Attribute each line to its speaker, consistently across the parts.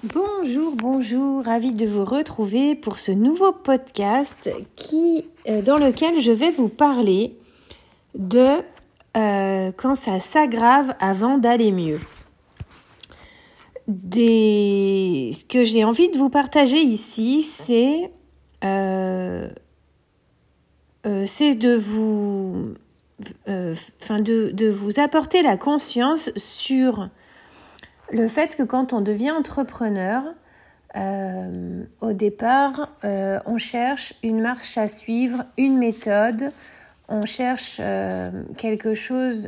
Speaker 1: Bonjour, ravie de vous retrouver pour ce nouveau podcast dans lequel je vais vous parler de quand ça s'aggrave avant d'aller mieux. Ce que j'ai envie de vous partager ici, c'est de vous apporter la conscience sur le fait que quand on devient entrepreneur, au départ, on cherche une marche à suivre, une méthode, on cherche quelque chose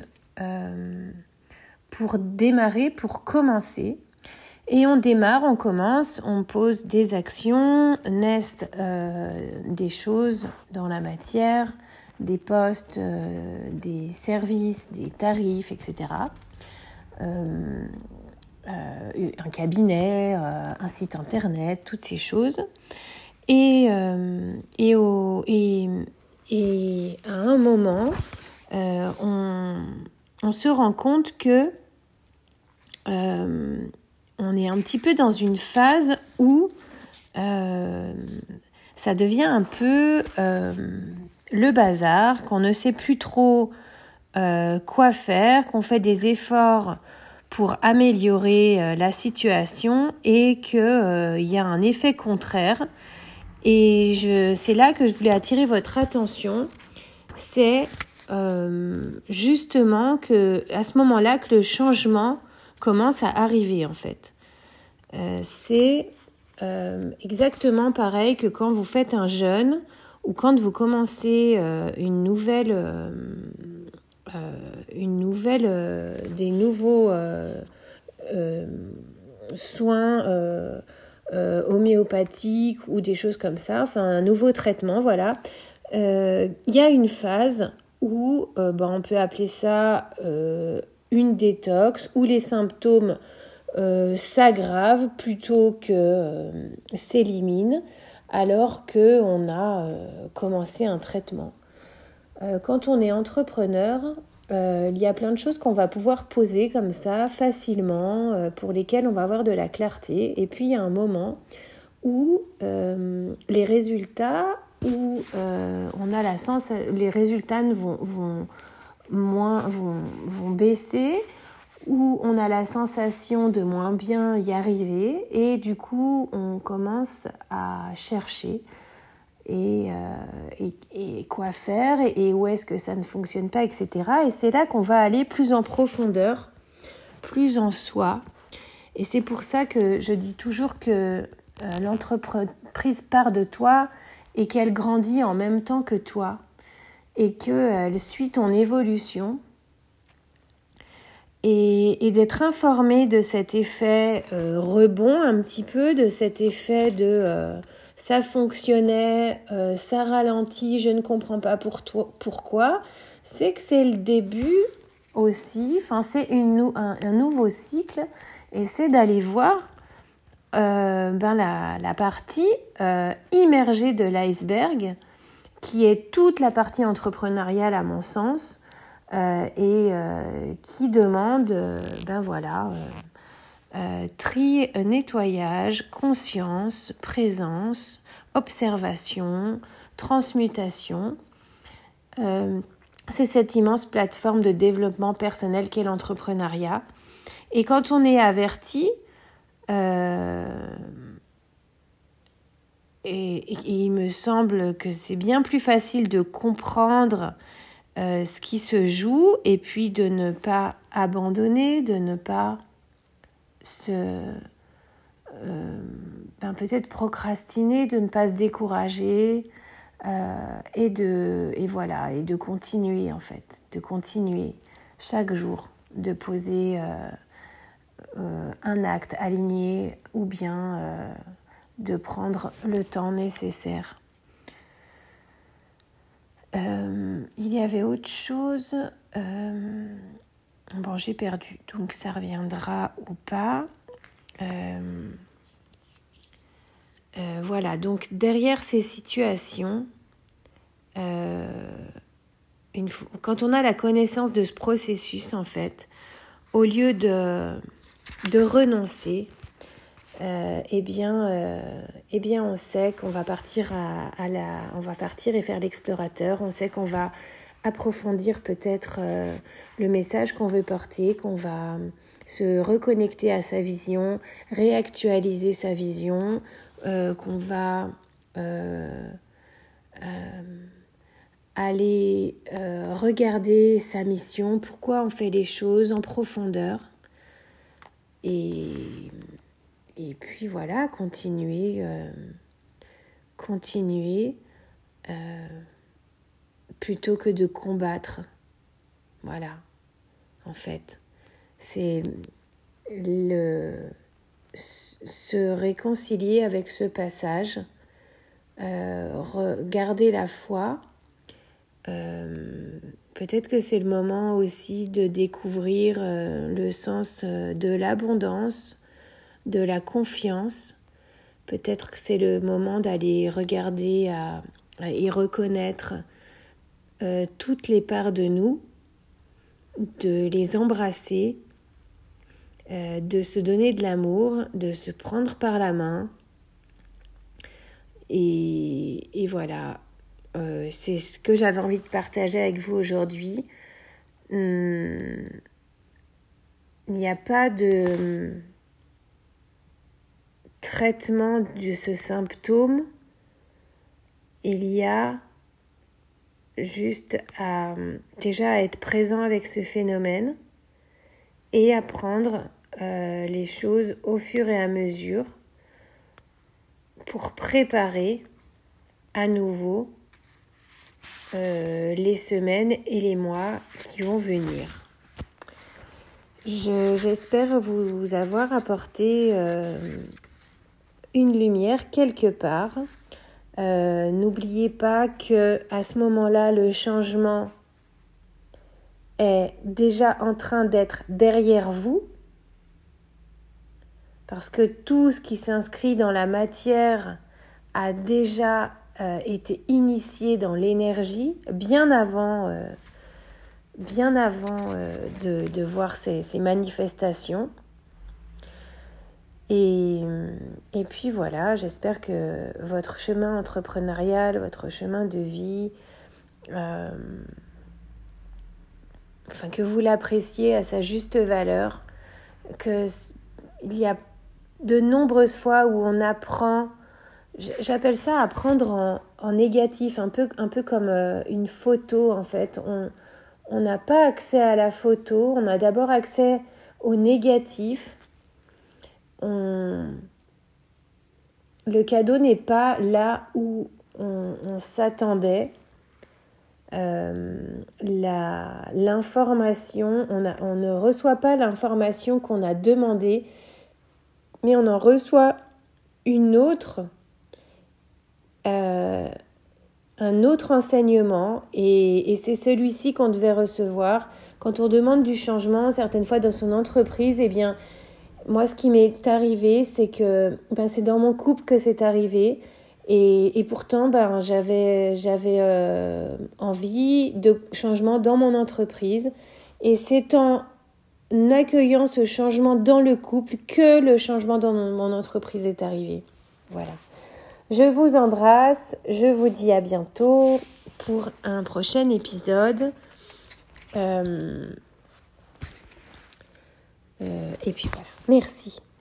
Speaker 1: pour démarrer, pour commencer. Et on démarre, on commence, on pose des actions, naissent des choses dans la matière, des postes, des services, des tarifs, etc. Un cabinet, un site internet, toutes ces choses. Et à un moment, on se rend compte que on est un petit peu dans une phase où ça devient un peu le bazar, qu'on ne sait plus trop quoi faire, qu'on fait des efforts pour améliorer la situation et qu'il y a un effet contraire. Et c'est là que je voulais attirer votre attention. C'est justement à ce moment-là que le changement commence à arriver en fait. C'est exactement pareil que quand vous faites un jeûne ou quand vous commencez des nouveaux soins homéopathiques ou des choses comme ça, enfin un nouveau traitement, voilà. Il y a une phase où on peut appeler ça une détox, où les symptômes s'aggravent plutôt que s'éliminent, alors qu'on a commencé un traitement. Quand on est entrepreneur, il y a plein de choses qu'on va pouvoir poser comme ça facilement, pour lesquelles on va avoir de la clarté. Et puis il y a un moment où les résultats, les résultats vont baisser, où on a la sensation de moins bien y arriver, et du coup on commence à chercher et quoi faire et où est-ce que ça ne fonctionne pas, etc. Et c'est là qu'on va aller plus en profondeur, plus en soi. Et c'est pour ça que je dis toujours que l'entreprise part de toi et qu'elle grandit en même temps que toi et qu'elle suit ton évolution. Et d'être informé de cet effet rebond un petit peu, de cet effet de ça fonctionnait, ça ralentit, je ne comprends pas pourquoi, c'est que c'est le début aussi, c'est un nouveau cycle, et c'est d'aller voir la partie immergée de l'iceberg, qui est toute la partie entrepreneuriale à mon sens, qui demande tri, nettoyage, conscience, présence, observation, transmutation. C'est cette immense plateforme de développement personnel qu'est l'entrepreneuriat. Et quand on est averti, et il me semble que c'est bien plus facile de comprendre ce qui se joue, et puis de ne pas abandonner, de ne pas peut-être procrastiner, de ne pas se décourager, et de continuer en fait, de continuer chaque jour, de poser un acte aligné, ou bien de prendre le temps nécessaire. Il y avait autre chose. J'ai perdu, donc ça reviendra ou pas. Voilà, donc derrière ces situations, quand on a la connaissance de ce processus, en fait, au lieu de renoncer, eh bien on sait qu'on va partir on va partir et faire l'explorateur. On sait qu'on va approfondir peut-être le message qu'on veut porter, qu'on va se reconnecter à sa vision, réactualiser sa vision, qu'on va aller regarder sa mission, pourquoi on fait les choses en profondeur. Et puis voilà, continuer plutôt que de combattre. Voilà, en fait. C'est se réconcilier avec ce passage, garder la foi. Peut-être que c'est le moment aussi de découvrir le sens de l'abondance, de la confiance. Peut-être que c'est le moment d'aller regarder et reconnaître toutes les parts de nous, de les embrasser, de se donner de l'amour, de se prendre par la main. Et voilà, c'est ce que j'avais envie de partager avec vous aujourd'hui. Il n'y a pas de traitement de ce symptôme. Il y a juste déjà à être présent avec ce phénomène et à prendre les choses au fur et à mesure pour préparer à nouveau les semaines et les mois qui vont venir. J'espère vous avoir apporté une lumière quelque part. N'oubliez pas que à ce moment-là, le changement est déjà en train d'être derrière vous, parce que tout ce qui s'inscrit dans la matière a déjà été initié dans l'énergie bien avant de voir ces manifestations. Et puis voilà, j'espère que votre chemin entrepreneurial, votre chemin de vie, que vous l'appréciez à sa juste valeur, qu'il y a de nombreuses fois où on apprend, j'appelle ça apprendre en négatif, un peu comme une photo en fait. On n'a pas accès à la photo, on a d'abord accès au négatif. Le cadeau n'est pas là où on s'attendait. L'information, on ne reçoit pas l'information qu'on a demandée, mais on en reçoit une autre, un autre enseignement, et c'est celui-ci qu'on devait recevoir. Quand on demande du changement, certaines fois dans son entreprise, eh bien, moi, ce qui m'est arrivé, c'est que c'est dans mon couple que c'est arrivé. Et pourtant, j'avais envie de changement dans mon entreprise. Et c'est en accueillant ce changement dans le couple que le changement dans mon entreprise est arrivé. Voilà. Je vous embrasse. Je vous dis à bientôt pour un prochain épisode. Et puis voilà. Merci.